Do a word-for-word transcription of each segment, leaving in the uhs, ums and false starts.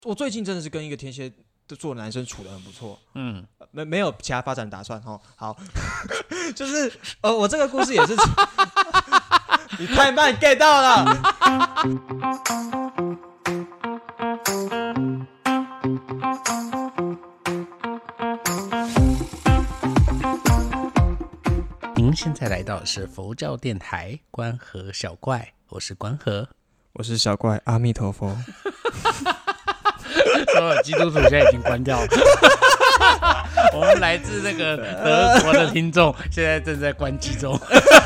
我最近真的是跟一个天蝎座的男生处得很不错，嗯，没没有其他发展打算哈。好，就是呃，我这个故事也是，你太慢 get 到了。 您现在来到的是佛教电台关河小怪，我是关河， 我是小怪，阿弥陀佛。 所有基督徒现在已经关掉了。我们来自那个德国的听众，现在正在关机中。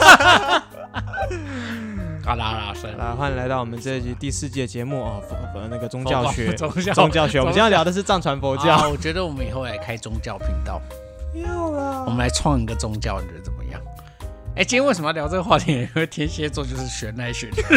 好啦好啦，算了， 欢迎来到我们这一集第四季的节目哦，那个宗教学， 宗教宗教学。我们今天要聊的是藏传佛教。 啊、我觉得我们以后来开宗教频道。 要啦， 我们来创一个宗教，你觉得怎么样？哎、欸，今天为什么要聊这个话题？因为天蝎座就是选来选去。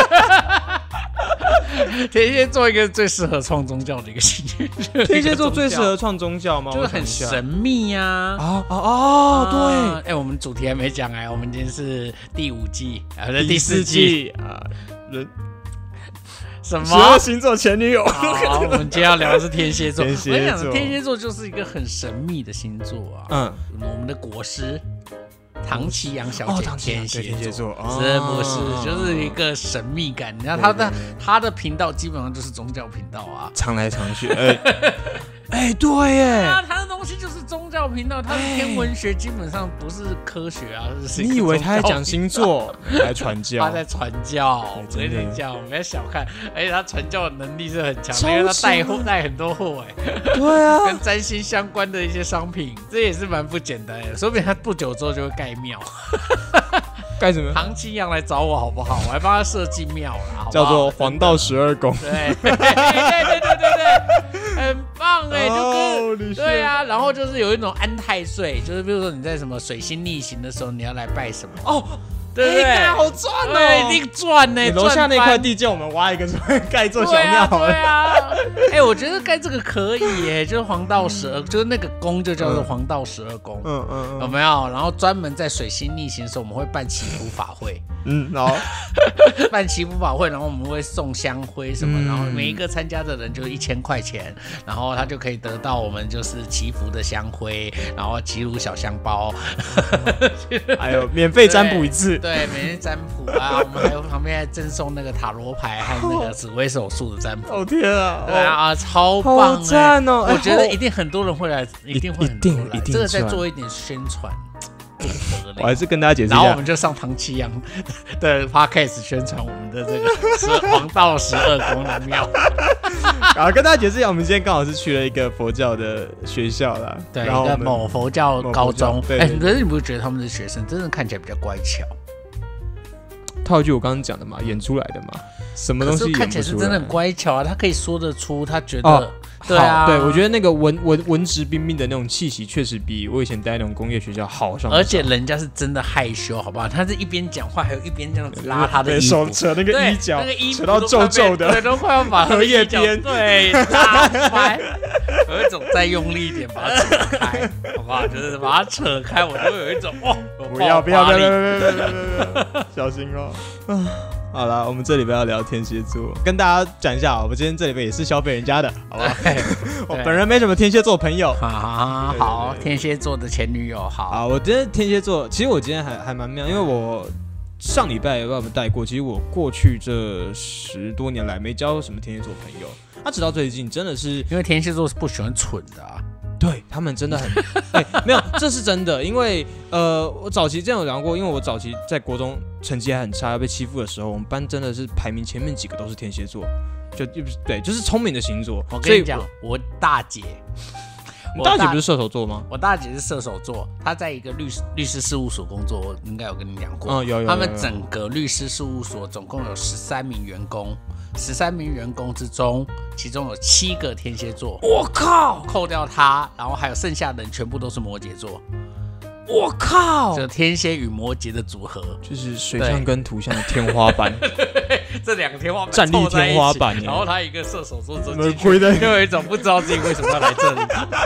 天蝎座一个最适合创宗教的一个星座。 天蝎座最适合创宗教吗？ 就是很神秘呀、啊。 哦哦哦，对。 哎、欸，我们主题还没讲哎，我们今天是第五季啊， 第, 第四季啊，人什么？ 十二星座前女友。 好，我们今天要聊的是天蝎座。 天蝎座，我跟你讲，天蝎座就是一个很神秘的星座啊。嗯，我们的国师。唐綺阳小姐， 哦、 天蝎座， 哦、 是不是就是一个神秘感？你看她的她的频道基本上就是宗教频道啊， 常来常去。哎、欸欸，对耶， 啊，他的东西就是宗教频道，他的天文学基本上不是科学啊，是你以为他在讲星座，来传教？ 他在传教，我跟你讲，不要小看，而且他传教的能力是很强的，因为他带货带很多货，哎， 对啊， 跟占星相关的一些商品，这也是蛮不简单的，说不定他不久之后就会盖庙。 盖什么？ 唐綺阳来找我好不好？我还帮他设计庙啦， 叫做黄道十二宫。 对，对对对对对，很棒哎，就跟、oh, 对啊，然后就是有一种安太岁，就是比如说你在什么水星逆行的时候，你要来拜什么哦。对不对？ 欸、好赚哦！ 对，一定赚呢！ 你楼下那块地叫我们挖一个出来盖座小庙好了。 对啊，哎、啊欸，我觉得盖这个可以耶，就是黄道十二，就是那个宫就叫做黄道十二宫，嗯嗯嗯，有没有？然后专门在水星逆行的时候，我们会办祈福法会，嗯，然后办祈福法会，然后我们会送香灰什么，嗯、然后每一个参加的人就一千块钱，然后他就可以得到我们就是祈福的香灰，然后祈福小香包， 还有免费占卜一次。 对，每天占卜啊，我们还有旁边还赠送那个塔罗牌和那个紫微斗数的占卜。 哦天啊！ 对啊，超棒哎！ 好赞哦！ 我觉得一定很多人会来，一定会很多人来。 一定， 这个再做一点宣传。 我还是跟大家解释一下， 然后我们就上唐綺阳的 podcast 宣传我们的这个黄道十二宫的庙。 然后跟大家解释一下，我们今天刚好是去了一个佛教的学校啦， 对，一个某佛教高中。哎，可是你不觉得他们的学生真的看起来比较乖巧？ 套一句我刚刚讲的嘛，演出来的嘛，什么东西演不出来？ 看起来是真的很乖巧啊，他可以说得出，他觉得。哦对啊， 对，我觉得那个文文文质彬彬的那种气息，确实比我以前待那种工业学校好上。 而且人家是真的害羞，好不好？他是一边讲话，还有一边这样子拉他的衣服， 手扯那个衣角， 那个衣服扯到皱皱的， 对，都快要把荷叶边对拉开，有一种再用力一点把它扯开，好不好？就是把它扯开，我就有一种哇， 不要不要不要不要不要不要，小心哦。好啦，我们这礼拜要聊天蝎座，跟大家讲一下，我们今天这礼拜也是消费人家的，好不好？我本人没什么天蝎座朋友。 好好好，天蝎座的前女友，好。 啊，我今天天蝎座，其实我今天还还蛮妙，因为我上礼拜有没有带过？其实我过去这十多年来没交什么天蝎座朋友，他、啊、直到最近真的是因为天蝎座是不喜欢蠢的啊。 对他们真的很，欸、没有，这是真的，因为呃，我早期这样有聊过，因为我早期在国中成绩还很差，要被欺负的时候，我们班真的是排名前面几个都是天蝎座，就对，就是聪明的星座。 我跟你讲，我大姐， 我大姐不是射手座吗？ 我大姐是射手座，她在一个律师律师事务所工作，我应该有跟你讲过。 嗯，有有有有。 他们整个律师事务所总共有十三名员工。十三名员工之中，其中有七个天蝎座。我靠！扣掉他，然后还有剩下的人全部都是摩羯座。我靠！就天蝎与摩羯的组合， 就是水象跟土象的天花板。 这两个天花板站立天花板， 然后他一个射手座，就有一种不知道自己为什么要来这里。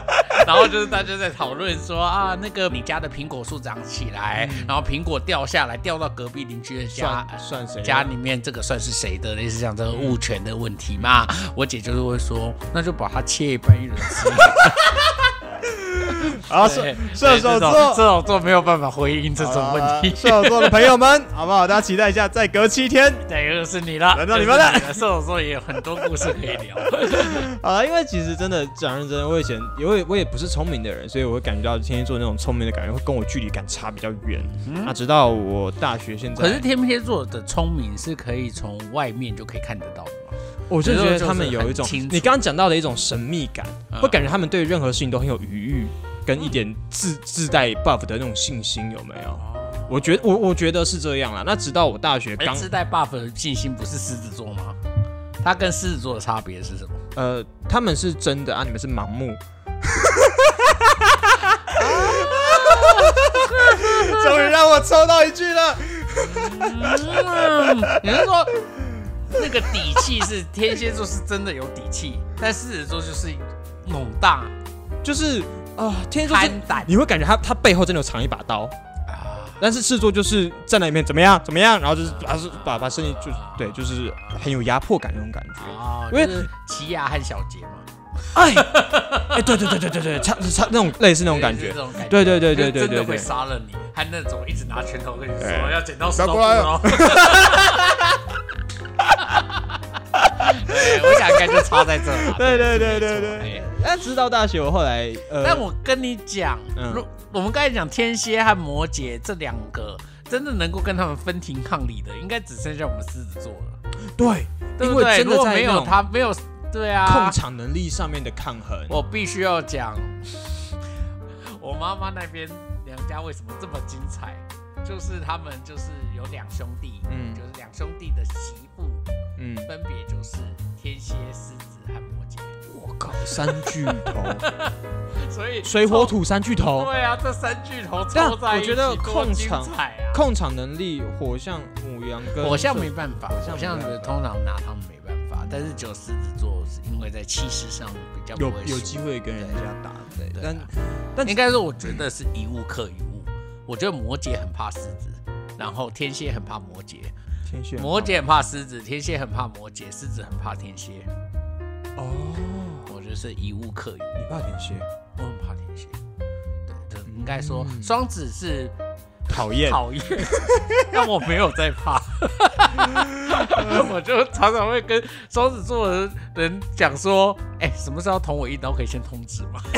然后就是大家在讨论说啊，那个你家的苹果树长起来，嗯、然后苹果掉下来，掉到隔壁邻居的家， 算谁家里面，这个算是谁的？类似像这个物权的问题嘛。嗯、我姐就是会说，那就把它切一半一人吃。 好，射射手座， 射手座没有办法回应这种问题。 射手座的朋友们，好不好？大家期待一下，再隔七天， 对，又是你了， 轮到你们了。 射手座也有很多故事可以聊。 好了，因为其实真的讲认真，我以前因为我也不是聪明的人，所以我会感觉到天蝎座那种聪明的感觉会跟我距离感差比较远。嗯、那直到我大学现在， 可是天蝎座的聪明是可以从外面就可以看得到的吗？ 我就觉得他们有一种你刚刚讲到的一种神秘感，嗯、会感觉他们对任何事情都很有余裕。跟一点自自带 buff 的那种信心有没有？哦、我觉得我我觉得是这样啦。那直到我大学刚自带 buff 的信心不是狮子座吗？它跟狮子座的差别是什么？ 呃，他们是真的啊，你们是盲目。终于让我抽到一句了。 嗯、你是说那个底气是天蝎座是真的有底气，但狮子座就是猛大。 就是啊，天蝎座你会感觉他他背后真的有藏一把刀啊，但是狮子座就是站在里面怎么样怎么样，然后就是把把把身体就对，就是很有压迫感那种感觉啊，因为奇亚和小杰嘛， 哎哎，对对对对对对，差差那种类似那种感觉，对对对对对对， 真的会杀了你，和那种一直拿拳头跟你说要剪刀石头布哦。对，我想应该就差在这了。 对对对对对。但直到大学，我后来呃， 但我跟你讲，嗯、我们刚才讲天蝎和摩羯这两个，真的能够跟他们分庭抗礼的，应该只剩下我们狮子座了。 对， 对不对？如果没有他，没有对啊， 控场能力上面的抗衡， 我必须要讲，我妈妈那边娘家为什么这么精彩？就是他们就是有两兄弟，嗯，就是两兄弟的媳妇。嗯，分别就是天蝎、狮子和摩羯。 我靠，三巨头， 所以水火土三巨头。 对啊，这三巨头凑在一起， 我觉得控场啊， 控场能力，火象、牡羊跟火象没办法，火象的通常拿他们没办法，但是只有狮子座是因为在气势上比较不会有有机会跟人家打，对， 对但但应该说，我觉得是一物克一物。我觉得摩羯很怕狮子，然后天蝎很怕摩羯。摩羯很怕狮子，天蝎很怕摩羯，狮子很怕天蝎。哦，我觉得是一物克一物。 你怕天蝎？ 我很怕天蝎。对，应该说双子是讨厌讨厌，但我没有在怕。我就常常会跟双子座的人讲说：“哎、欸，什么时候捅我一刀，可以先通知吗？”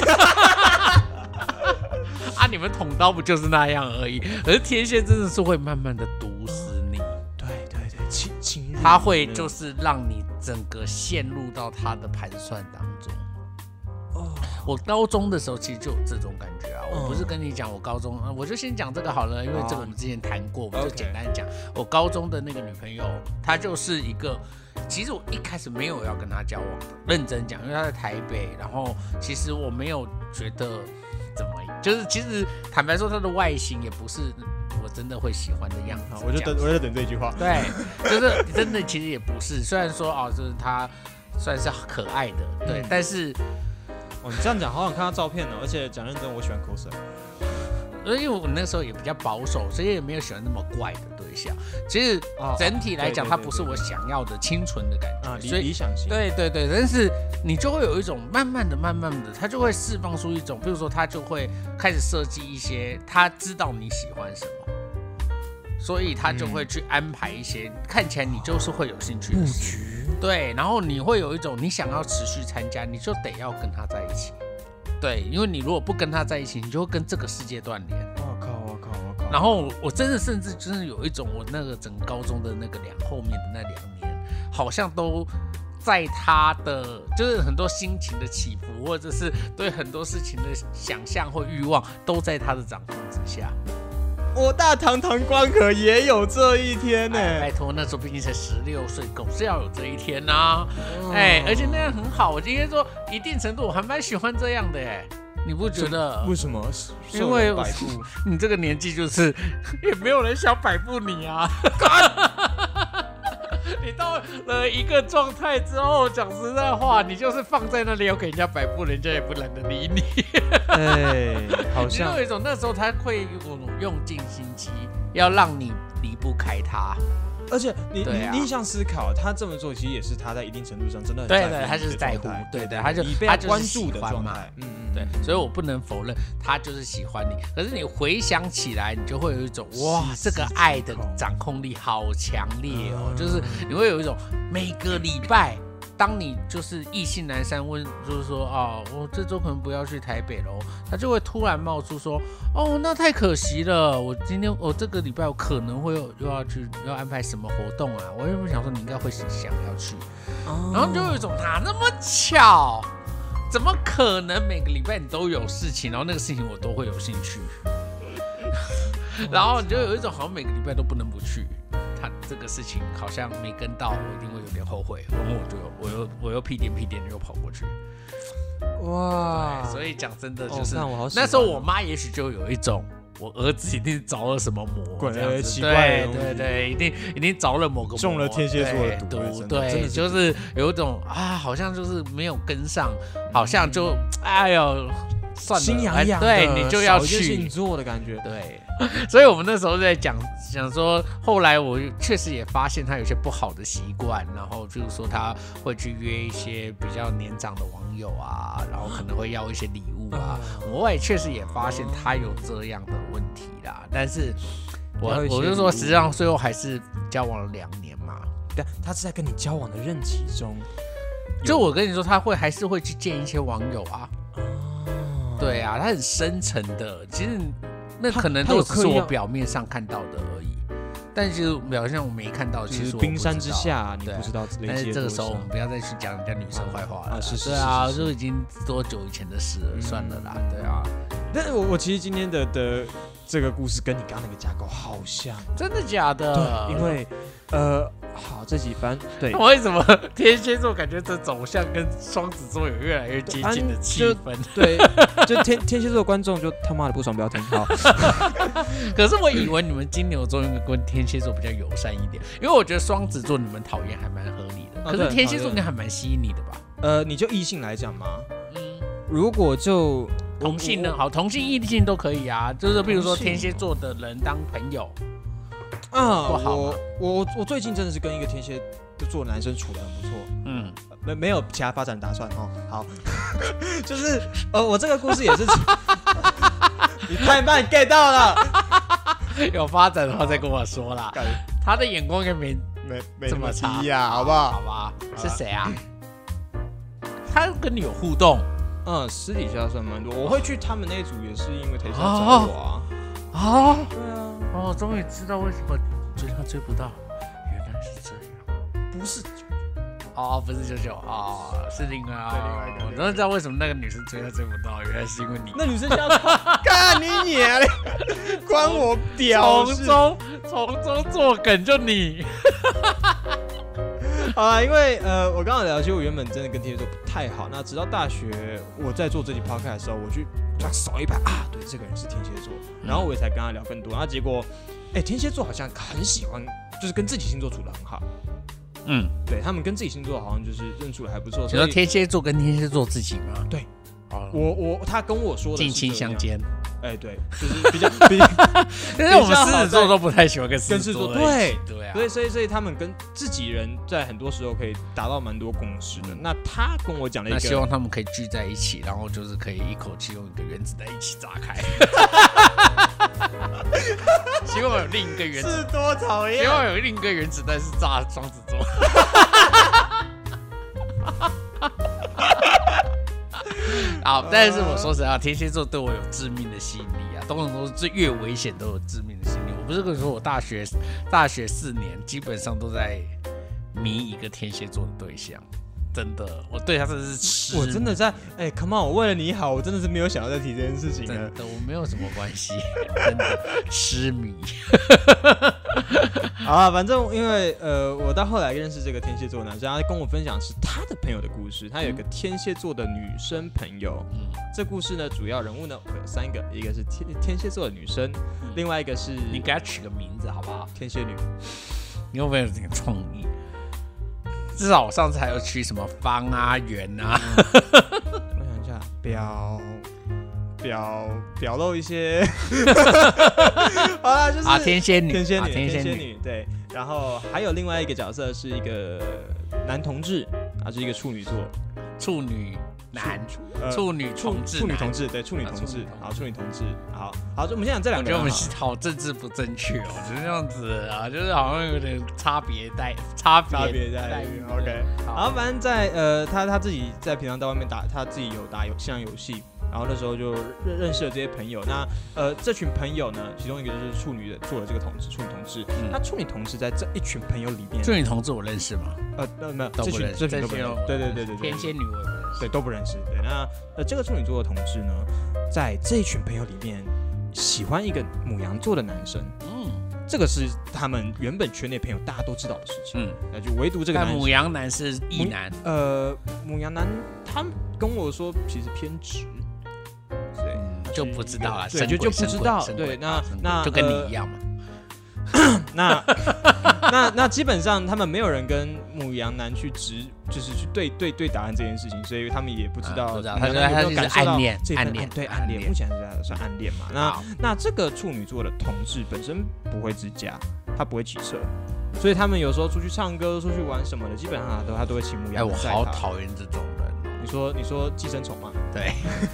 啊，你们捅刀不就是那样而已？可是天蝎真的是会慢慢的毒死你。他会就是让你整个陷入到他的盘算当中。哦，我高中的时候其实就有这种感觉啊。我不是跟你讲我高中，我就先讲这个好了，因为这个我们之前谈过，我们就简单讲。我高中的那个女朋友，她就是一个，其实我一开始没有要跟她交往的，认真讲，因为她在台北，然后其实我没有觉得怎么，就是其实坦白说，她的外形也不是。我真的会喜欢的样子， 我就等，我就等这句话。 对，就是真的，其实也不是。虽然说哦，就是他算是可爱的，对，嗯、但是哦，你这样讲好想看他照片呢。而且讲认真，我喜欢 coser。 因为我那时候也比较保守，所以也没有喜欢那么怪的对象。其实整体来讲，它不是我想要的清纯的感觉， 啊，理理想型。 对对对，但是你就会有一种慢慢的、慢慢的，他就会释放出一种，比如说他就会开始设计一些，他知道你喜欢什么，所以他就会去安排一些、嗯、看起来你就是会有兴趣的事。对，然后你会有一种你想要持续参加，你就得要跟他在一起。对，因为你如果不跟他在一起，你就会跟这个世界断联。 我靠，我靠，我靠！ 然后我真的甚至就是有一种，我那个整个高中的那个两后面的那两年，好像都在他的就是很多心情的起伏，或者是对很多事情的想象或欲望，都在他的掌控之下。 我大堂堂光可也有这一天呢、欸， 拜托，那时候毕竟才十六岁，总是要有这一天呐、啊。哎、哦欸，而且那样很好。我今天说一定程度，我还蛮喜欢这样的哎、欸，你不觉得？ 为什么？ 因为摆布，你这个年纪就是也没有人想摆布你啊。 你到了一个状态之后，讲实在话，你就是放在那里要给人家摆布，人家也不懒得理你。 哎，好像你有一种那时候他会有种用尽心机，要让你离不开他。 而且你、 啊、 你逆向思考，他这么做其实也是他在一定程度上真的很在乎， 对对，他就是在乎，对对，他就你被他关注的状态， 嗯嗯，对，所以我不能否认他就是喜欢你。可是你回想起来，你就会有一种哇，这个爱的掌控力好强烈哦，嗯、就是你会有一种每个礼拜。当你就是意兴阑珊问，就是说哦，我这周可能不要去台北喽，他就会突然冒出说，哦，那太可惜了，我今天我、哦、这个礼拜我可能会又要去要安排什么活动啊，我原本想说你应该会想要去，哦、然后就有一种哪那么巧，怎么可能每个礼拜你都有事情，然后那个事情我都会有兴趣，然后你就有一种好像每个礼拜都不能不去。他这个事情好像没跟到，我一定会有点后悔，然后我就我又我又屁颠屁颠的又跑过去，哇！所以讲真的就是，哦、那, 那时候我妈也许就有一种，我儿子一定着了什么魔，这样子， 奇怪的东西， 对对对，一定一定着了某个魔， 中了天蝎座的毒， 对，对就是有一种啊，好像就是没有跟上，好像就哎呦。算了， 心痒痒的， 对你就要去星座的感觉， 对，所以我们那时候在讲讲说，后来我确实也发现他有些不好的习惯，然后就是说他会去约一些比较年长的网友啊，然后可能会要一些礼物啊，我也确实也发现他有这样的问题啦，但是我我就说，实际上最后还是交往了两年嘛， 但他是在跟你交往的任期中， 就我跟你说，他会还是会去见一些网友啊。对啊，他很深沉的，其实那可能都只是我表面上看到的而已，但其实表面上我没看到，其实冰山之下你不知道。 但是这个时候我们不要再去讲人家女生坏话了， 啊、是是对啊，就已经多久以前的事了，嗯、算了啦，对啊。 但是我我其实今天的的这个故事跟你刚刚那个架构好像， 真的假的？ 对，因为呃。好，这几番对， 为什么天蝎座感觉这走向跟双子座有越来越接近的气氛？ 对，就天天蝎座的观众就他妈的不爽，不要听。好， 可是我以为你们金牛座应该跟天蝎座比较友善一点，因为我觉得双子座你们讨厌还蛮合理的，可是天蝎座应该还蛮吸引你的吧？ 呃，你就异性来讲嘛，嗯，如果就同性呢，好，同性异性都可以啊，就是比如说天蝎座的人当朋友。 啊、嗯，我我我最近真的是跟一个天蝎座的男生处得很不错，嗯，没没有其他发展打算哦。好，就是呃，我这个故事也是，你太慢 get 到了， 有发展的话再跟我说啦。他的眼光应该没没没这么差呀，好不好？ 好吧，是谁啊？他跟你有互动？ 嗯，私底下算蛮多。我会去他们那一组也是因为台下找我啊。 啊，对啊。哦，终于知道为什么追他追不到，原来是这样， 不是哦，不是九九哦，是另外啊，我终于知道为什么那个女生追他追不到，原来是因为你。 那女生想要干你娘嘞，关我屌事！ 从中从中作梗就你。 好啦，因为呃，我刚刚聊，其实我原本真的跟天蝎座不太好，那直到大学我在做这集 podcast 的时候，我去这样扫一排啊，对，这个人是天蝎座，然后我也才跟他聊更多，然后结果，哎，天蝎座好像很喜欢，就是跟自己星座处得很好，嗯，对他们跟自己星座好像就是认处的还不错。 你说天蝎座跟天蝎座自己吗？ 对，我我他跟我说的近亲相奸。 哎，对，就是比较比较， 因为我们狮子座都不太喜欢跟狮子座， 对对啊， 所以所以所以他们跟自己人在很多时候可以达到蛮多共识的。那他跟我讲了一个， 那希望他们可以聚在一起，然后就是可以一口气用一个原子弹一起炸开。希望有另一个原子， 是多讨厌！ 希望有另一个原子弹是炸双子座。好，但是我说实话，天蝎座对我有致命的吸引力啊，通常都是最越危险都有致命的吸引力。我不是跟你说，我大学大学四年基本上都在迷一个天蝎座的对象，真的，我对他真的是痴迷。 我真的在，哎、欸、，come on， 我为了你好，我真的是没有想要再提这件事情了。 真的，我没有什么关系，真的痴迷。 好啊，反正因为呃，我到后来认识这个天蝎座男生，他跟我分享是他的朋友的故事。他有一个天蝎座的女生朋友，嗯，这故事呢，主要人物呢会有三个，一个是天天蝎座的女生，嗯、另外一个是你给她取个名字好不好？ 天蝎女， 你会不会有点创意？ 至少我上次还有取什么方啊、圆啊。 我想一下，表表表露一些。好啦，就是啊，天蝎女， 天蝎女， 啊、天蝎女，女，对。然后还有另外一个角色是一个男同志，他是一个处女座， 处女。男， 呃、 处女同志， 处女同志，对，处女同志，好，处女同志，好，好，我们先讲这两个人。 我觉得我们好政治不正确哦，就是这样子啊，就是好像有点差别待差别差别待遇。OK， 好，反正在呃，他他自己在平常在外面打，他自己有打有线上游戏，然后那时候就认认识了这些朋友。那呃，这群朋友呢，其中一个就是处女的做了这个同志，处女同志。嗯、那处女同志在这一群朋友里面， 处女同志我认识吗？ 呃，呃没有， 都不认识， 这群都不认识。对对对对对， 天蝎女我也不认识。 对，都不认识。对，那呃，这个处女座的同志呢，在这一群朋友里面，喜欢一个牡羊座的男生。嗯，这个是他们原本圈内朋友大家都知道的事情。嗯，那就唯独这个男生。 但牡羊男是异男。 呃，牡羊男他跟我说，其实偏直。对、 嗯，就不知道了。 对，就就不知道。对，那那就跟你一样嘛。 呃、那那那基本上他们没有人跟牡羊男去直，就是去对对对答案这件事情，所以他们也不知道。 不知道，他说他就是暗恋，暗恋， 对暗恋，目前是算暗恋嘛。那那这个处女座的同志本身不会自驾，他不会骑车，所以他们有时候出去唱歌、出去玩什么的，基本上都他都会骑牡羊。 哎，我好讨厌这种人。 你说你说寄生虫吗？ 对。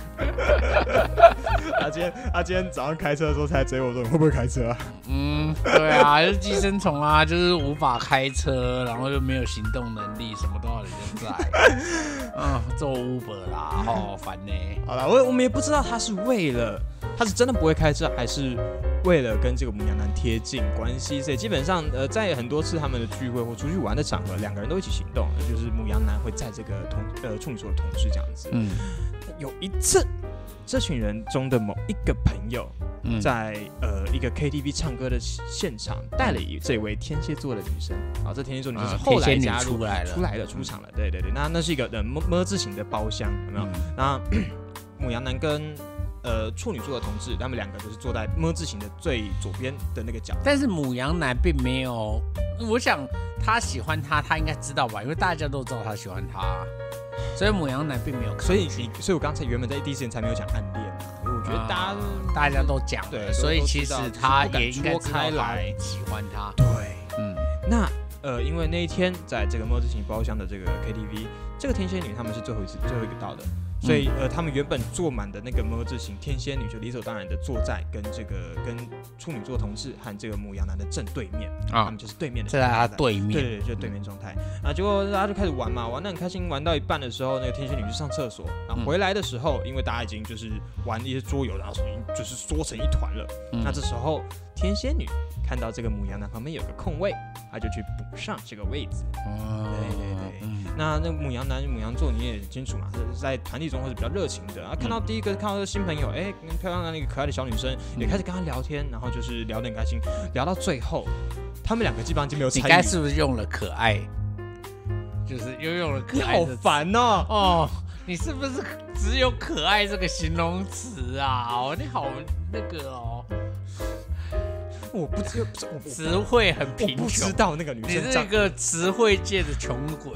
他今天他今天早上开车的时候才追我说你会不会开车啊？ 嗯，对啊，就是寄生虫啊，就是无法开车，然后又没有行动能力，什么都要人家载。嗯，做 Uber 啦，好烦呢。 好了，我我们也不知道他是为了他是真的不会开车，还是为了跟这个牡羊男贴近关系，所以基本上呃在很多次他们的聚会或出去玩的场合，两个人都一起行动，就是牡羊男会载这个同呃处女座的同事这样子。嗯，有一次。这群人中的某一个朋友，在、嗯、呃一个 K T V 唱歌的现场，带了一这位天蝎座的女生。啊，这天蝎座女生是后来加入、 啊、出来了， 出来了，出场了。对对对，那那是一个呃么字形的包厢，有没有？嗯、那牡羊男跟呃处女座的同志，他们两个就是坐在么字形的最左边的那个角。 但是牡羊男并没有，我想他喜欢他，他应该知道吧？因为大家都知道他喜欢他。所以牡羊男并没有， 所以你，所以我刚才原本在第一时间才没有讲暗恋啊，因为我觉得大家、呃、 大家都讲，对，所以其实他也应该开来喜欢他。 对，嗯，那呃，因为那一天在这个么字形包厢的这个 K T V， 这个天蝎女他们是最后一次最后一个到的。所以呃，他们原本坐满的那个么字形天蝎女就理所当然的坐在跟这个跟处女座同事和这个牡羊男的正对面啊，他们就是对面的， 在他对面， 对对对，就是对面状态。啊，结果大家就开始玩嘛，玩得很开心，玩到一半的时候，那个天蝎女去上厕所，然后回来的时候，因为大家已经就是玩一些桌游，然后已经就是缩成一团了。嗯、那这时候天蝎女看到这个牡羊男旁边有个空位，她就去补上这个位置。哦，对对对。嗯、那那牡羊男、牡羊座你也很清楚嘛，是在团体中会是比较热情的。啊，看到第一个看到这个新朋友，哎，漂亮的那个可爱的小女生，也开始跟他聊天，然后就是聊得很开心，聊到最后，他们两个基本上已经没有参与。 你刚才是不是用了可爱？就是又用了可爱。 你好烦哦！ 哦，你是不是只有可爱这个形容词啊？哦，你好那个哦。 我不知道， 词汇很贫穷。 我不知道那个女生， 你是一个词汇界的穷鬼。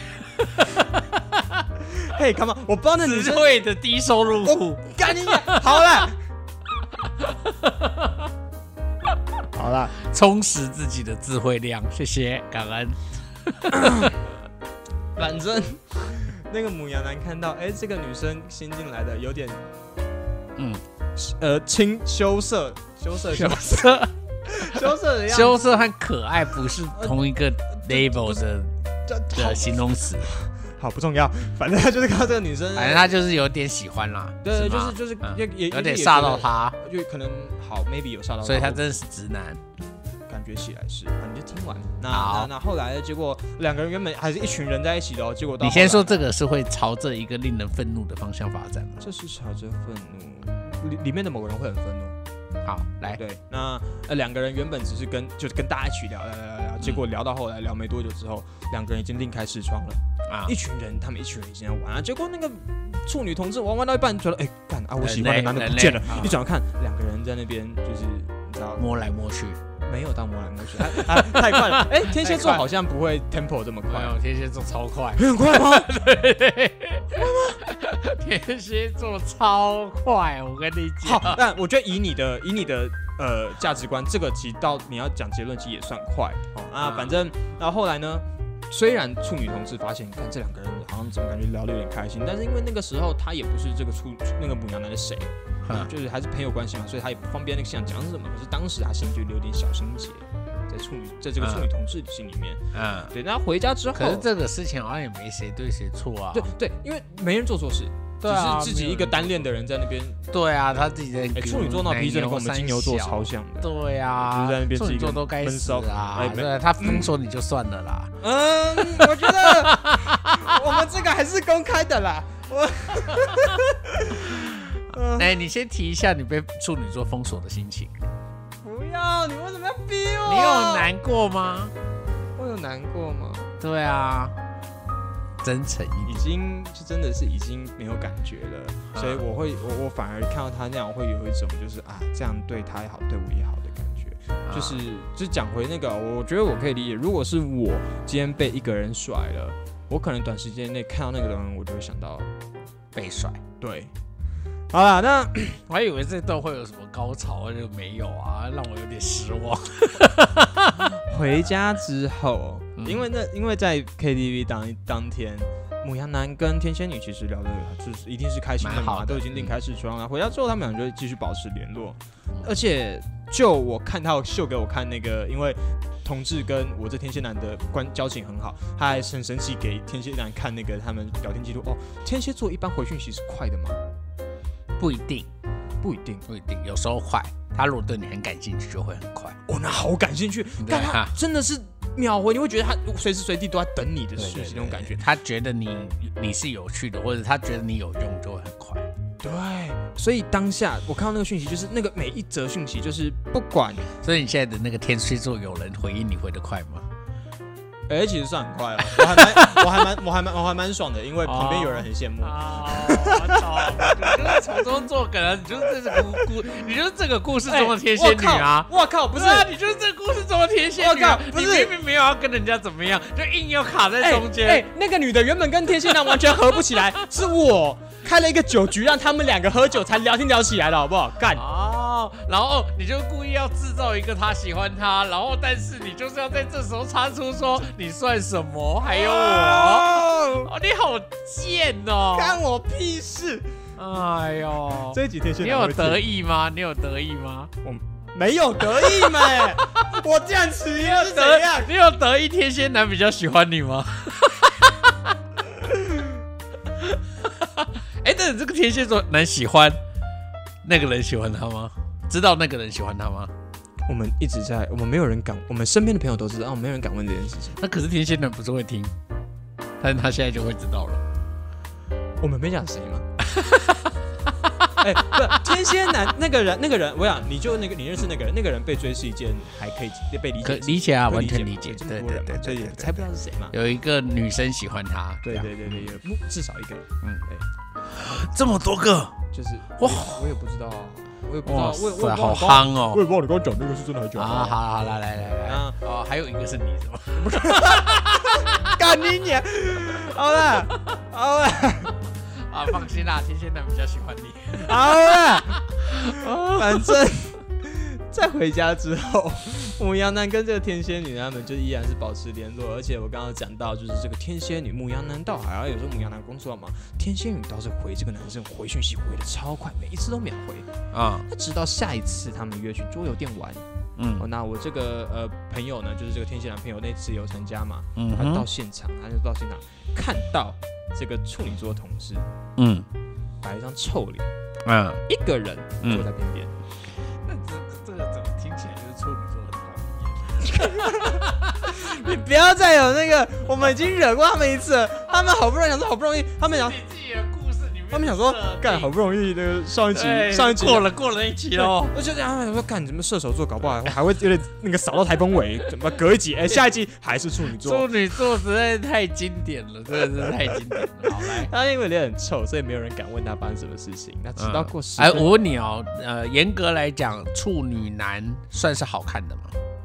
嘿，干嘛？我不知道那女生词汇的低收入户。 干你！好了，好了， 充实自己的智慧量，谢谢，感恩。 反正那个牡羊男看到，哎、欸，这个女生新进来的有点，嗯，呃，轻羞涩，羞涩， 羞涩。 羞涩的样子， 羞涩和可爱不是同一个 level 的、呃、的形容词。 好，不重要，反正他就是看到这个女生， 反正他就是有点喜欢啦。 对，就是就是、嗯、也也有点煞到他， 就可能好 maybe 有煞到他， 所以他真的是直男。 感觉起来是，你就听完。那那那后来结果两个人原本还是一群人在一起的哦，结果到你先说这个是会朝着一个令人愤怒的方向发展吗？ 这是朝着愤怒，里里面的某个人会很愤怒。 好，来， 对，那呃两个人原本只是跟就是跟大家一起聊聊聊聊，结果聊到后来聊没多久之后，两个人已经另开视窗了啊！一群人，他们一群人已经在玩啊，结果那个处女同志玩玩到一半，觉得哎干啊，我喜欢的男的不见了，一转头看，两个人在那边就是你知道摸来摸去， 没有到蓦然过去，太太快了。哎，天蝎座好像不会 tempo 这么快， 没有，天蝎座超快， 很快吗？ 对对对，天蝎座超快，我跟你讲。 好，但我觉得以你的以你的呃价值观，这个其实到你要讲结论，其实也算快哦。啊，反正然后后来呢？虽然处女同志发现，你看这两个人好像怎么感觉聊得有点开心，但是因为那个时候他也不是这个处那个母羊男的谁，嗯、就是还是朋友关系嘛，所以他也不方便那个想讲什么。可是当时他心里就有点小心结，在处女在这个处女同志心里面，嗯，对。那回家之后， 可是这个事情好像也没谁对谁错啊。 对对，因为没人做错事。只是自己一个单恋的人在那边， 对啊，他自己在。 哎，处女座那脾气真的跟我们金牛座超像的。 对啊， 在那边处女座都该死啊！对，他封锁你就算了啦。 嗯，我觉得我们这个还是公开的啦。我， 哎，你先提一下你被处女座封锁的心情。 不要，你为什么要逼我？ 你有难过吗？ 我有难过吗？ 对啊。真诚一点， 已经是真的是已经没有感觉了，啊、所以我会我我反而看到他那样，我会有一种就是啊，这样对他也好，对我也好的感觉。啊、就是就讲回那个，我觉得我可以理解，如果是我今天被一个人甩了，我可能短时间内看到那个人，我就会想到被甩。 对，好啦，那我还以为这段会有什么高潮，就没有啊，让我有点失望。 回家之后，嗯、因为那因为在 K T V 当当天，母羊男跟天蝎女其实聊的就是一定是开心的嘛，都已经另开视窗了。回家之后，他们俩就继续保持联络，而且就我看他秀给我看那个，因为同志跟我这天蝎男的关交情很好，他还很神奇给天蝎男看那个他们聊天记录。哦，天蝎座一般回讯息是快的吗？ 不一定， 不一定， 不一定，有时候快。他如果对你很感兴趣，就会很快。 哦，那好感兴趣，但他真的是秒回，你会觉得他随时随地都在等你的讯息那种感觉。 他觉得你你是有趣的，或者他觉得你有用，就会很快。 对，所以当下我看到那个讯息，就是那个每一则讯息，就是不管。 所以你现在的那个天蝎座有人回应你回得快吗？ 哎、欸，其实算很快哦，我还蛮，我还蛮，我还蛮，我还蛮爽的，因为旁边有人很羡慕。 哦，我懂，你就是从中作梗啊，你就是这个故故，你就是这个故事中的天蝎女啊！ 我、欸、靠，不是啊，你就是这个故事中的天蝎女、啊，不是，你明明没有要跟人家怎么样，就硬要卡在中间。哎、欸欸， 那个女的原本跟天蝎男完全合不起来，是我开了一个酒局，让他们两个喝酒才聊天聊起来的，好不好？干。 哦，然后你就故意要制造一个他喜欢他，然后但是你就是要在这时候插出说你算什么？还有我，哦哦、你好贱哦！ 干我屁事！ 哎呦， 这几天你有得意吗？你有得意吗？ 我没有得意嘛，我这样子你是怎样？ 你有得意天蝎男比较喜欢你吗？哎、欸，但是这个天蝎座男喜欢那个人喜欢他吗？知道那个人喜欢他吗？ 我们一直在，我们没有人敢，我们身边的朋友都知道，我们没有人敢问这件事情。 那可是天蝎男不是会听，但是他现在就会知道了。 我们没讲谁吗？哎、欸，不，天蝎男那个人，那个人，我想你就那个你认识那个人，那个人被追是一件还可以被理解， 理解啊，完全理解。对对对， 所以才不知道是谁嘛。 有一个女生喜欢他， 对对对对，有至少一个，嗯，对， 这么多个， 就是哇，我也不知道啊。我也不知道，我也好夯哦！ 我也不知道你刚刚讲那个是真的还是假的啊！好好来来来来啊！哦，还有一个是你是吗？ 干你娘！好了好了啊，放心啦，天蝎男比较喜欢你。 好了，反正在回家之后，母羊男跟这个天蝎女他们就依然是保持联络，而且我刚刚讲到，就是这个天蝎女母羊男倒还要有时候母羊男工作嘛，天蝎女倒是回这个男生回讯息回的超快，每一次都秒回啊。那、嗯、直到下一次他们约去桌游店玩，嗯，哦、那我这个呃朋友呢，就是这个天蝎男朋友那次有参加嘛，嗯，他到现场，他就到现场看到这个处女座同事，嗯，摆一张臭脸，嗯，一个人坐在边边。 那这这个怎么听起来就是处女座很讨厌？ 你不要再有那个，我们已经惹过他们一次了。他们好不容易想说，好不容易，他们想你自己的故事里面， 他们想说，干好不容易那个上一集上一集过了过了一集喽， 而且他们想说，干怎么射手座搞不好还会有点那个扫到台风尾，怎么隔一集，哎、欸，下一集还是处女座。 处女座实在是太经典了，真的是太经典了。好来， 他因为脸很臭，所以没有人敢问他发生什么事情。那直到过十， 哎、嗯，我问你哦，呃，严格来讲，处女男算是好看的吗？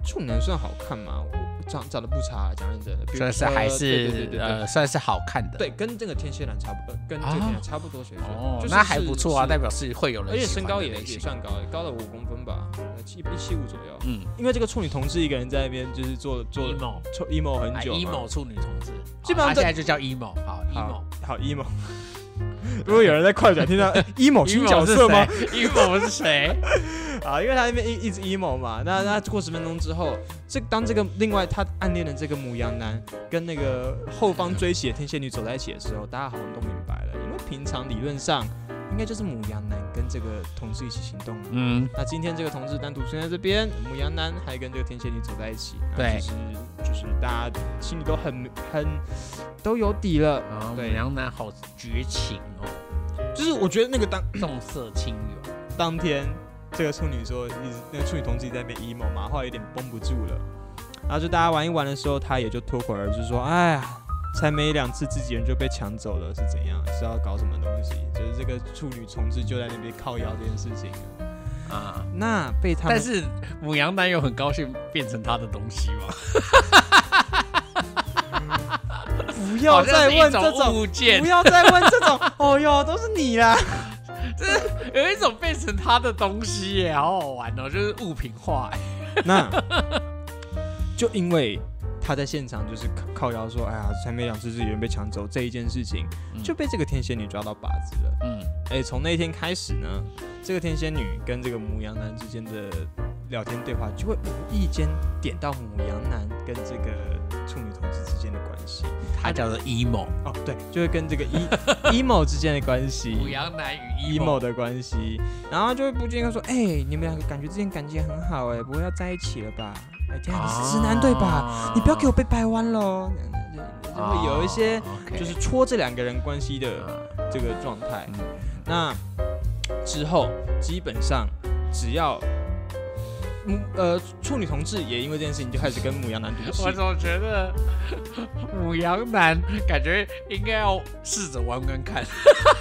处女男算好看吗？长长得不差，讲认真的， 算是还是、呃、 对对对对呃算是好看的， 对，跟这个天蝎男差不多，跟这个天蝎男差不多水准， 哦， 就是、 那还不错啊，代表是会有人喜欢的类型， 而且身高也也算高，高了五公分吧，一一七五左右。 嗯， 因为这个处女同志一个人在那边就是做做 emo emo 很久 ，emo 处女同志， 基本上他现在就叫 emo， 好 emo 好 emo。如果有人在快转听到 emo 新角色吗 ？emo 是谁？ 啊，因为他那边一一直 emo 嘛，那那过十分钟之后，这当这个另外他暗恋的这个母羊男跟那个后方追袭的天蝎女走在一起的时候，大家好像都明白了，因为平常理论上应该就是母羊男跟这个同志一起行动了，嗯，那今天这个同志单独出现在这边，母羊男还跟这个天蝎女走在一起， 对， 就是就是大家心里都很很都有底了， 啊，母羊男好绝情哦， 就是我觉得那个当重色轻友， 当天。这个处女说，那个处女同志在那边 emo 嘛，后来有点绷不住了，然后就大家玩一玩的时候，他也就脱口而出说：“哎呀，才没两次自己人就被抢走了，是怎样？是要搞什么东西？就是这个处女同志就在那边靠腰这件事情啊。那被他们， 但是母羊男友很高兴变成他的东西吗？ 不要再问这种物件， 不要再问这种，哦哟，都是你啦。” 就是有一种变成他的东西耶，好好玩哦，就是物品化。 那就因为他在现场就是靠腰说，哎呀，才没两次自己人被抢走这一件事情，嗯、就被这个天蝎女抓到靶子了。嗯，哎，从那一天开始呢，这个天蝎女跟这个母羊男之间的聊天对话，就会无意间点到母羊男跟这个处女同志之间的关系。 它叫做 emo 哦，对，就会跟这个 emo 之间的关系， 母羊男与 emo 的关系，然后就会不经意说，哎、欸，你们两个感觉之间感情很好，哎，不会要在一起了吧？哎、欸，这样你是直男对吧？啊、你不要给我被掰弯喽，就会有一些就是戳这两个人关系的这个状态。嗯、那之后基本上只要。呃，处女同志也因为这件事情就开始跟母羊男赌气。 我总觉得母羊男感觉应该要试着玩玩看，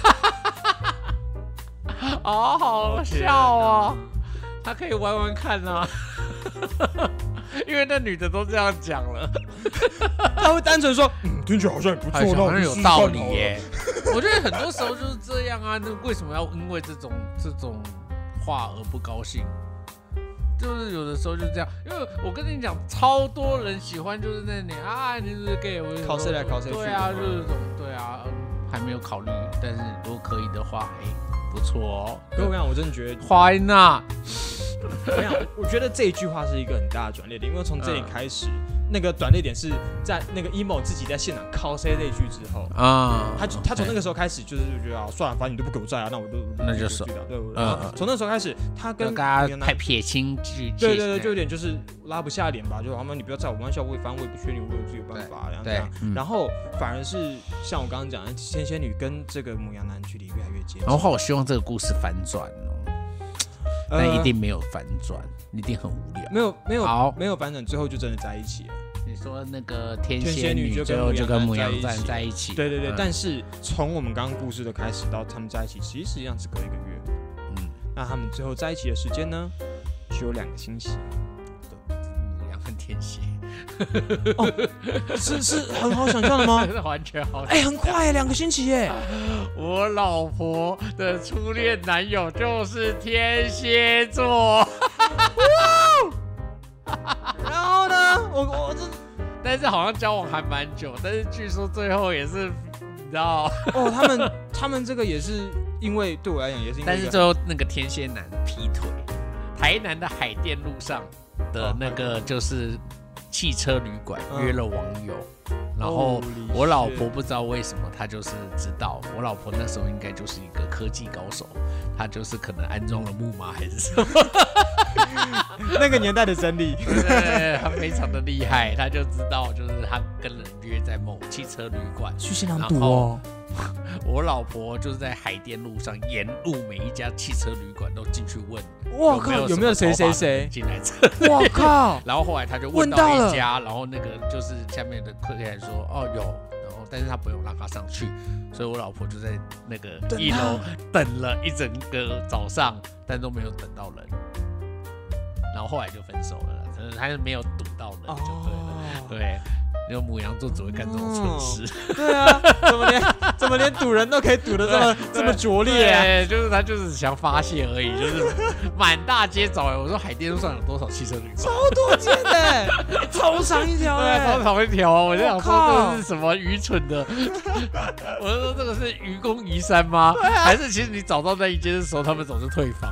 好好笑哦！他可以玩玩看啊，因为那女的都这样讲了， 他会单纯说，嗯，听起来好像也不错， 好像有道理耶。我觉得很多时候就是这样啊，那为什么要因为这种这种话而不高兴？就是有的时候就这样，因为我跟你讲，超多人喜欢就是那里啊，你是 gay， 我考谁来考谁去， 对啊，就是这种，对啊，还没有考虑，但是如果可以的话，哎，不错哦。 可我跟你讲，我真的觉得 ，Why not？ 我跟你讲，我觉得这一句话是一个很大的转捩点，因为从这里开始。嗯那个转捩点是在那个 emo 自己在现场 cos 这一句之后啊，他他从那个时候开始就是觉得啊，算了，反正你都不给我在啊，那我都那就算了，对不对？嗯，从那时候开始，他跟大家太撇清句， 对对对，就有点就是拉不下脸吧，就好像你不要在我玩笑，我也反正我也不缺你，我有自己的办法，这样这样。然后反而是像我刚刚讲的，天蝎女跟这个母羊男距离越来越接近。 然后我希望这个故事反转哦，但一定没有反转，一定很无聊。 没有没有没有反转，最后就真的在一起了。 你说那个天蝎女最后就跟母羊男在一起， 对对对。嗯、但是从我们刚刚故事的开始到他们在一起，其实实际上只隔一个月。嗯，那他们最后在一起的时间呢，只有两个星期。 母羊跟天蝎， 哦，是是很好想象的吗？ 完全好， 哎、欸，很快耶，两个星期耶。 我老婆的初恋男友就是天蝎座。 然后呢，我我这， 但是好像交往还蛮久，但是据说最后也是，你知道哦，他们他们这个也是因为对我来讲也是因为， 但是最后那个天蝎男劈腿，台南的海淀路上的那个就是汽车旅馆约了网友，嗯、然后我老婆不知道为什么，她就是知道，我老婆那时候应该就是一个科技高手，她就是可能安装了木马还是什么。 那个年代的真理， 对，他非常的厉害，他就知道，就是他跟人约在某汽车旅馆去现场赌哦。 我老婆就是在海淀路上，沿路每一家汽车旅馆都进去问， 哇靠，有没有谁谁谁进来车？ 哇靠！ 然后后来他就问到一家，然后那个就是下面的客人说，哦有，然后但是他不用让他上去，所以我老婆就在那个一楼等了一整个早上，但都没有等到人。然后后来就分手了， 呃，他是没有堵到人就对了，哦、对。因为牡羊座只会干这种蠢事、 哦，对啊，怎么连怎么连堵人都可以堵得这么这么拙劣啊？ 对，就是他就是想发泄而已，就是满大街找。我说海淀路上有多少汽车旅馆？ 超多间的，超长一条， 对，超长一条啊！我就想说这是什么愚蠢的？我就说这个是愚公移山吗？啊、还是其实你找到那一间的时候，他们总是退房？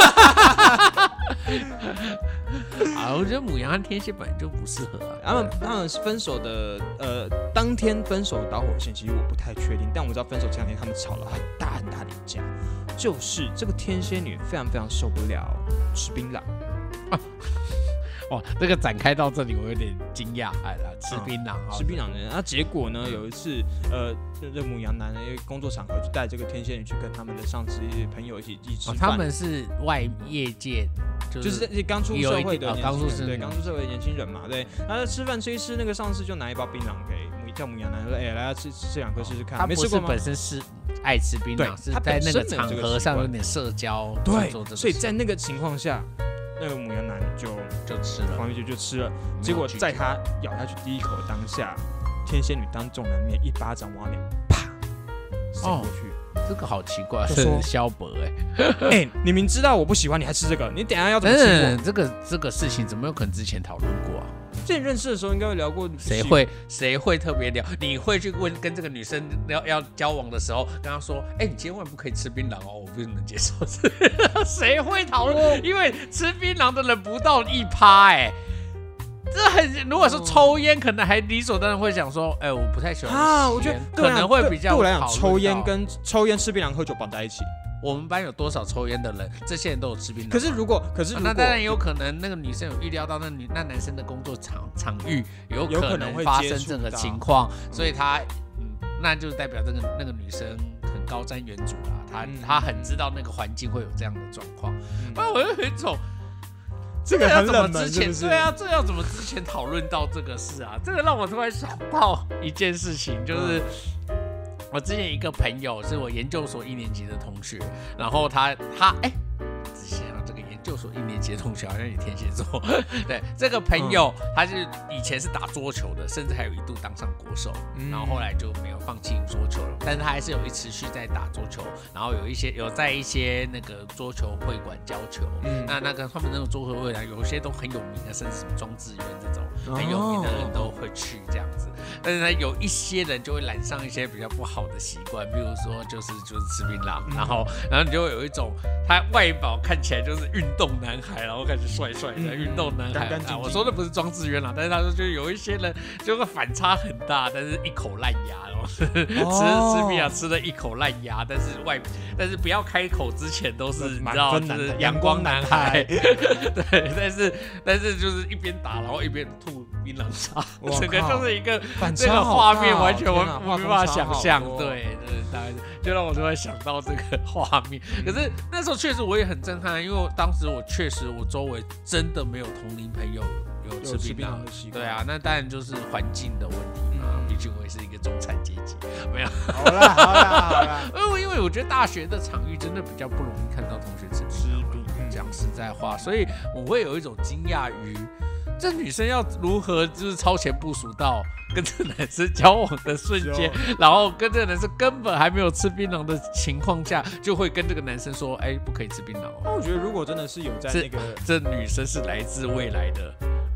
啊，我觉得牡羊和天蝎本来就不适合、啊。 他们他们分手的呃当天分手的导火线，其实我不太确定，但我知道分手这两天他们吵了很大很大的一架，就是这个天蝎女非常非常受不了吃槟榔。啊哇，这个展开到这里，我有点惊讶。哎呀，吃槟榔、嗯， 吃槟榔的人，那、啊、结果呢？有一次，呃，这牡羊男的工作场合就带这个天蝎女去跟他们的上司、朋友一起一起吃饭、 哦。他们是外业界， 就是这些刚出社会的年轻人， 哦、 对，刚出社会的年轻人嘛，对。然后吃饭吃一吃，那个上司就拿一包槟榔给叫牡羊男说：“哎、欸，来吃吃这两颗试试看。” 他不是本身是爱吃槟榔，是在那个场合上有点社交， 对，所以在那个情况下。那个牡羊男就就吃了， 黄玉就就吃了，结果在他咬下去第一口的当下，天蝎女当众人面一巴掌往脸啪扇过去、 哦，这个好奇怪，这是萧伯哎， 哎、欸，你明知道我不喜欢，你还吃这个，你等一下要怎么吃我？ 这个这个事情怎么有可能之前讨论过啊？ 之前认识的时候应该会聊过， 谁会谁会特别聊？你会去问跟这个女生要要交往的时候，跟她说：“哎、欸，你千万不可以吃槟榔哦，我不能接受。”谁会讨论？因为吃槟榔的人不到一趴哎。这很，如果说抽烟，可能还理所当然会想说：“哎、欸，我不太喜欢啊。”我觉得可能会比较对我来讲，抽烟跟抽烟、吃槟榔、喝酒绑在一起。 我们班有多少抽烟的人？这些人都有吃槟榔。 可是如果，可是如果、 啊、那当然有可能，那个女生有预料到那女那男生的工作场场域有可能发生这个情况，所以他嗯，那就代表这个那个女生很高瞻远瞩啦，她、嗯、她很知道那个环境会有这样的状况。那、嗯、我就很丑。这个要怎么之前？对啊，这要怎么之前讨论到这个事啊？这个让我突然想到一件事情，就是。嗯我之前一个朋友是我研究所一年级的同学，然后他他哎，仔细想这个研究所一年级的同学好像也天蝎座，对，这个朋友、嗯、他是以前是打桌球的，甚至还有一度当上国手、嗯，然后后来就没有放弃桌球了，但是他还是有一持续在打桌球，然后有一些有在一些那个桌球会馆教球，嗯、那那个他们那种桌球会馆有一些都很有名的，甚至什么庄智渊这种很有名的人都会去这样子。但是呢，有一些人就会染上一些比较不好的习惯，比如说就是就是吃槟榔，然后然后你就会有一种他外表看起来就是运动男孩，然后开始帅帅的运动男孩、嗯啊。我说的不是庄智渊啦，但是他说就有一些人就会反差很大，但是一口烂牙，然后吃、哦、吃槟榔吃了一口烂牙，但是外但是不要开口之前都是你知道就是阳光男孩，对，但是但是就是一边打然后一边吐槟榔茶，整个就是一个。这个画面完全我没办法想象，对，就是大概就让我突然想到这个画面。可是那时候确实我也很震撼，因为当时我确实我周围真的没有同龄朋友有吃槟榔的习惯。对啊，那当然就是环境的问题嘛，毕竟我也是一个中产阶级，没有。 好啦好啦好啦， 因为因为我觉得大学的场域真的比较不容易看到同学吃槟榔，讲实在话，所以我会有一种惊讶于。这女生要如何就是超前部署到跟这个男生交往的瞬间，然后跟这个男生根本还没有吃槟榔的情况下，就会跟这个男生说：“哎、欸，不可以吃槟榔哦。” 那我觉得如果真的是有在那个， 这女生是来自未来的，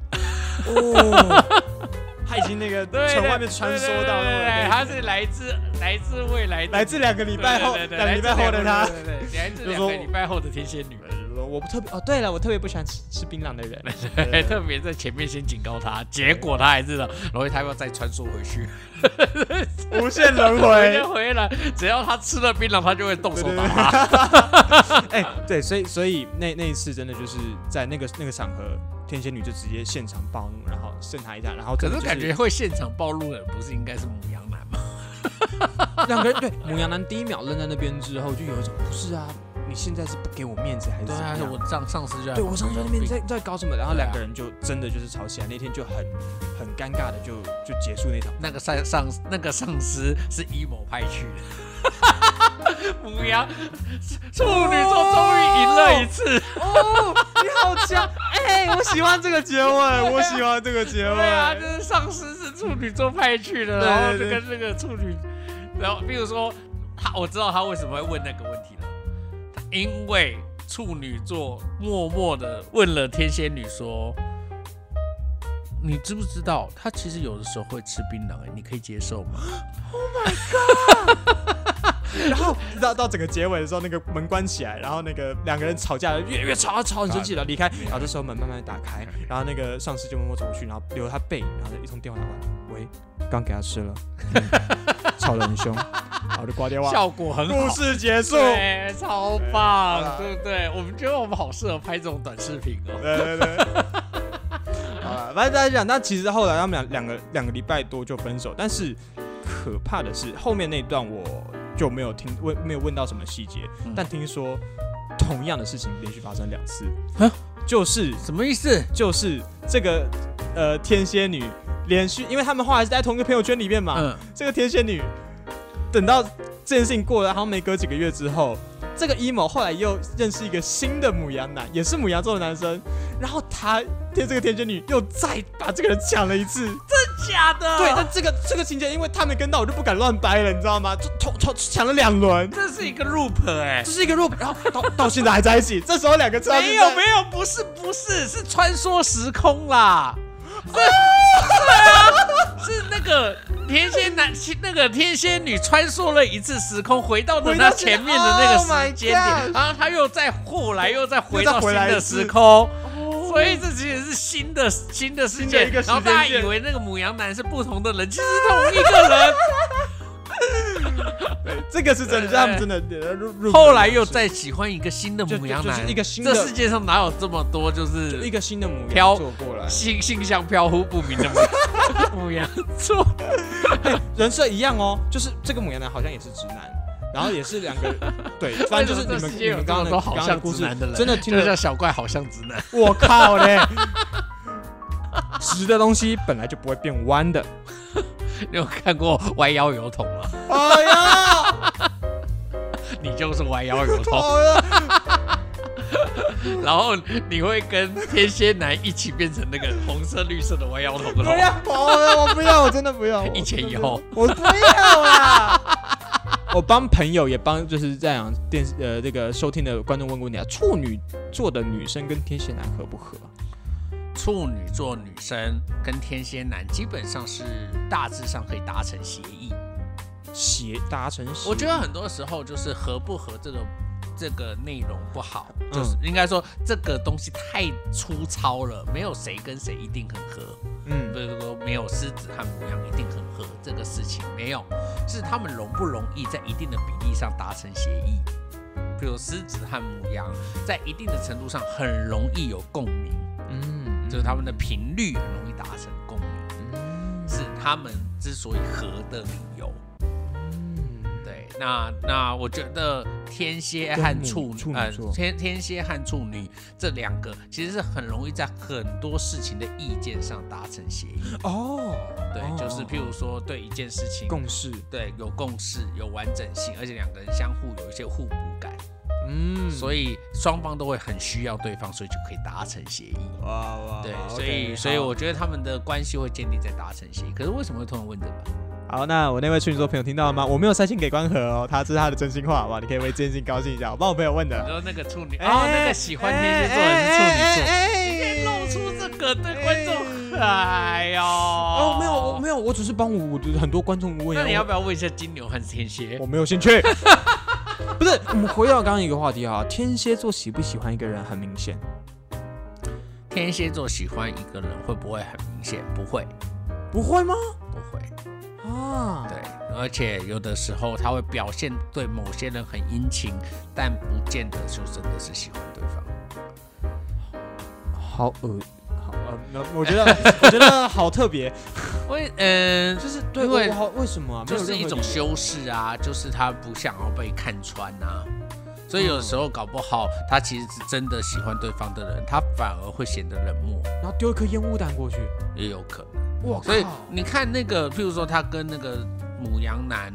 哦，她已经那个从外面穿梭到那个， 她是来自来自未来的， 来自两个礼拜后，两个礼拜后的她， 对对对，来自两个礼拜后的天蝎女。 我不特别哦，对了，我特别不喜欢吃吃槟榔的人， 对，特别在前面先警告他，结果他还是然后他要再穿梭回去， 无限轮回， 回来，只要他吃了槟榔，他就会动手打他。 哎，对，所以所以那那一次真的就是在那个那个场合，天蝎女就直接现场暴怒，然后扇他一下，然后、就是、 可是感觉会现场暴怒的人不是应该是牡羊男吗？ 两个人对牡羊男第一秒愣在那边之后，就有一种不是啊。你现在是不给我面子还是怎么样？ 对啊，我上上司就在对我上司在那边在在搞什么？然后两个人就真的就是吵起来，那天就很很尴尬的就就结束那场。 那个上上那个上司是 emo 派去的，牡母羊处女座终于赢了一次。 哦，你好强！哎、欸，我喜欢这个结尾，我喜欢这个结尾。 对啊，就是上司是处女座派去的，然后就跟那个处女，然后比如说他，我知道他为什么会问那个问题了，因为处女座默默的问了天蝎女说。你知不知道，他其实有的时候会吃槟榔，哎，你可以接受吗 ？Oh my god！ 然后到到整个结尾的时候，那个门关起来，然后那个两个人吵架，越越吵吵很生气了，离开。然后这时候门慢慢打开，然后那个上司就默默走过去，然后留他背，然后一通电话打过来，喂，刚给他吃了，嗯、吵得很凶，然后就挂电话， 效果很好， 故事结束， 对，超棒，对不对？我们觉得我们好适合拍这种短视频哦。 对对对。反正大家讲，那其实后来他们两两个两个礼拜多就分手，但是可怕的是后面那一段我就没有听问没有问到什么细节，嗯、但听说同样的事情连续发生两次，就是什么意思？ 就是这个呃天蝎女连续，因为他们后来是在同一个朋友圈里面嘛，嗯、这个天蝎女等到这件事情过了，好像没隔几个月之后。这个 emo 后来又认识一个新的牡羊男，也是牡羊座的男生，然后他天这个天蝎女又再把这个人抢了一次， 真假的？ 对，但这个这个情节因为他没跟到，我就不敢乱掰了，你知道吗？就抢了两轮， 这是一个 loop 哎、欸， 这是一个 loop， 然后到到现在还在一起，这时候两个没有没有，不是不是是穿梭时空啦，是，对啊，是那个。天蝎男，那个天蝎女穿梭了一次时空，回到了他前面的那个时间点，然后他又再后来又再回到新的时空，所以这其实是新的新的世界。然后大家以为那个牡羊男是不同的人，其实是同一个人。 对，这个是真的，他们真的。 后来又再喜欢一个新的牡羊男， 就是一个新的。 这世界上哪有这么多就是一个新的牡羊座过来， 性性向飘忽不明的牡羊座， 人设一样哦，就是这个牡羊男好像也是直男，然后也是两个对，反正就是你们你们刚刚都好像直男的人， 真的听着像小怪好像直男， 我靠嘞！直的东西本来就不会变弯的。 你有看过歪腰油桶吗？ 哎呀， 你就是歪腰油桶。然后你会跟天蝎男一起变成那个红色、绿色的歪腰桶。 不要，我我不要，我真的不要。 一前一后， 我不要啦。我帮朋友也帮，就是这样电视呃这个收听的观众问过你啊，处女座的女生跟天蝎男合不合？ 处女座女生跟天蝎男基本上是大致上可以达成协议， 协达成协议。 我觉得很多时候就是合不合这个这个内容不好，嗯、就是应该说这个东西太粗糙了，没有谁跟谁一定很合。嗯，比如说没有狮子和牡羊一定很合，这个事情没有，是他们容不容易在一定的比例上达成协议。比如狮子和牡羊在一定的程度上很容易有共鸣。嗯，就是他们的频率很容易达成共鸣，嗯、是他们之所以合的理由。嗯，对，那那我觉得天蝎和处女，呃，天天蝎和处女这两个其实是很容易在很多事情的意见上达成协议。哦，对，哦、就是譬如说对一件事情共识， 对，有共识，有完整性，而且两个人相互有一些互补感。嗯，所以双方都会很需要对方，所以就可以达成协议。哇哇，对，所以、okay, 所以我觉得他们的关系会建立在达成协议。可是为什么会突然问这个？ 好，那我那位处女座朋友听到了吗？我没有塞信给关河哦，他这是他的真心话，好不好？你可以为这件事情高兴一下。我帮我朋友问的。 你说那个处女，欸、哦，那个喜欢天蝎座的是处女座，欸欸、你可以露出这个对观众，哎呦， 哦，没有，我没有，我只是帮我很多观众问。 那你要不要问一下金牛和天蝎？ 我没有兴趣。不是，我们回到刚刚一个话题啊，天蝎座喜不喜欢一个人很明显。 天蝎座喜欢一个人会不会很明显？不会， 不会吗？ 不会啊。对，而且有的时候他会表现对某些人很殷勤，但不见得就真的是喜欢对方。 好恶。呃，我觉得，我觉得好特别。 为嗯， 就是对，为为什么啊？ 就是一种修饰啊，就是他不想要被看穿啊，所以有时候搞不好他其实是真的喜欢对方的人，他反而会显得冷漠， 然后丢一颗烟雾弹过去， 也有可能。哇，所以你看那个，譬如说他跟那个牡羊男，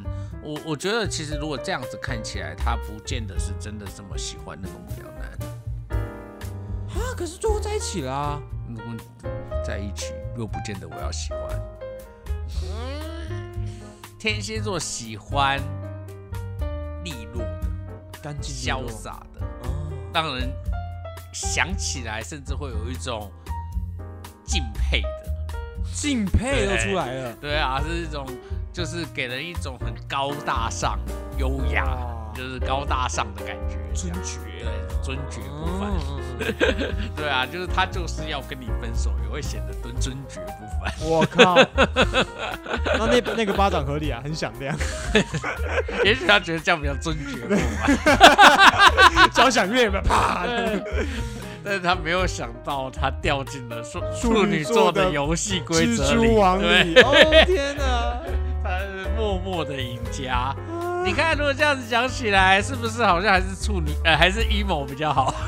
我我觉得其实如果这样子看起来，他不见得是真的这么喜欢那个母羊男。 啊，可是最后在一起啦。 如果在一起，又不见得我要喜欢。嗯，天蝎座喜欢利落的、 干净、 潇洒的，让人想起来甚至会有一种敬佩的， 敬佩都出来了。 对啊，是一种。就是给人一种很高大上、优雅，就是高大上的感觉， 尊爵， 对，尊爵不凡。嗯、对啊，就是他就是要跟你分手，也会显得尊尊爵不凡。 我靠，那那那个巴掌合理啊，很响亮。 也许他觉得这样比较尊爵不凡， 交响乐嘛，啪。 但是他没有想到，他掉进了处女座的游戏规则里。 蜘蛛网里，哦天哪！ 他是默默的赢家。你看，如果这样子讲起来，是不是好像还是处女，呃，还是 emo 比较好？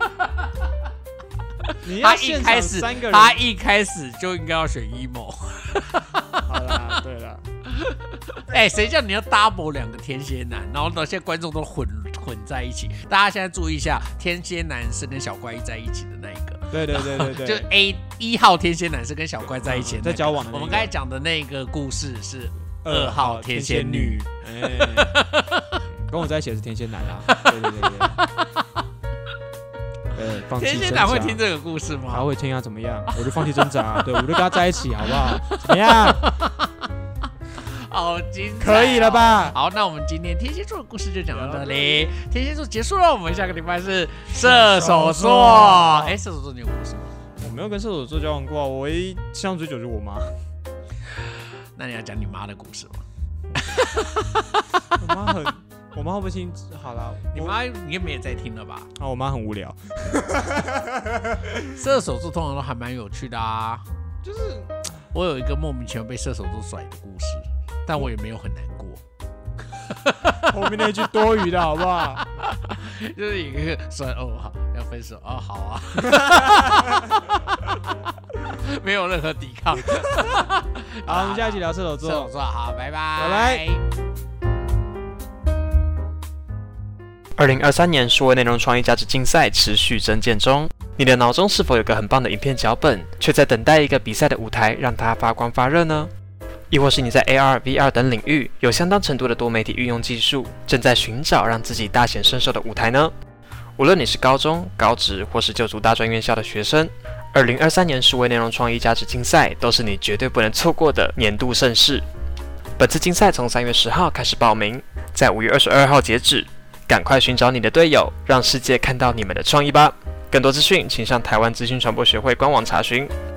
他一开始，他一开始就应该要选 emo。 好啦，对啦。 哎、欸，谁叫你要 double 两个天蝎男，然后呢，现在观众都混混在一起。大家现在注意一下，天蝎男是跟小怪异在一起的那一个。 对对对对对， 就 A 一号天蝎男是跟小怪在一起的、那個， 在交往的、那個。 我们刚才讲的那个故事是二号天蝎女， 哎、欸，跟我在一起的是天蝎男啊。对对对对。呃，放弃天蝎男会听这个故事吗？ 他会听啊，怎么样？我就放弃挣扎、啊，对我就跟他在一起，好不好？怎么样？ 好精彩、哦， 可以了吧？ 好，那我们今天天蝎座的故事就讲到这里，天蝎座结束了，我们下个礼拜是射手座。哎、欸，射手座你有故事吗？ 我没有跟射手座交往过，我唯一相追求就是我妈。 那你要讲你妈的故事吗？ 我妈很，我妈会不会听？好了， 你妈你也没在听了吧？ 啊，我妈很无聊。 射手座通常都还蛮有趣的啊， 就是我有一个莫名其妙被射手座甩的故事。但我也没有很难过， 后面那句多余的好不好？ 就是一个说哦好要分手哦好啊，没有任何抵抗。 好，我们下一期聊射手座。 射手座好，拜拜拜拜。 二零二三年数位内容创意价值竞赛持续征件中，你的脑中是否有个很棒的影片脚本，却在等待一个比赛的舞台让它发光发热呢？亦或是你在 A R、V R 等领域有相当程度的多媒体运用技术，正在寻找让自己大显身手的舞台呢？无论你是高中、高职或是就读大专院校的学生，二零二三年数位内容创意价值竞赛都是你绝对不能错过的年度盛事。本次竞赛从三月十号开始报名，在五月二十二号截止，赶快寻找你的队友，让世界看到你们的创意吧！更多资讯请上台湾资讯传播学会官网查询。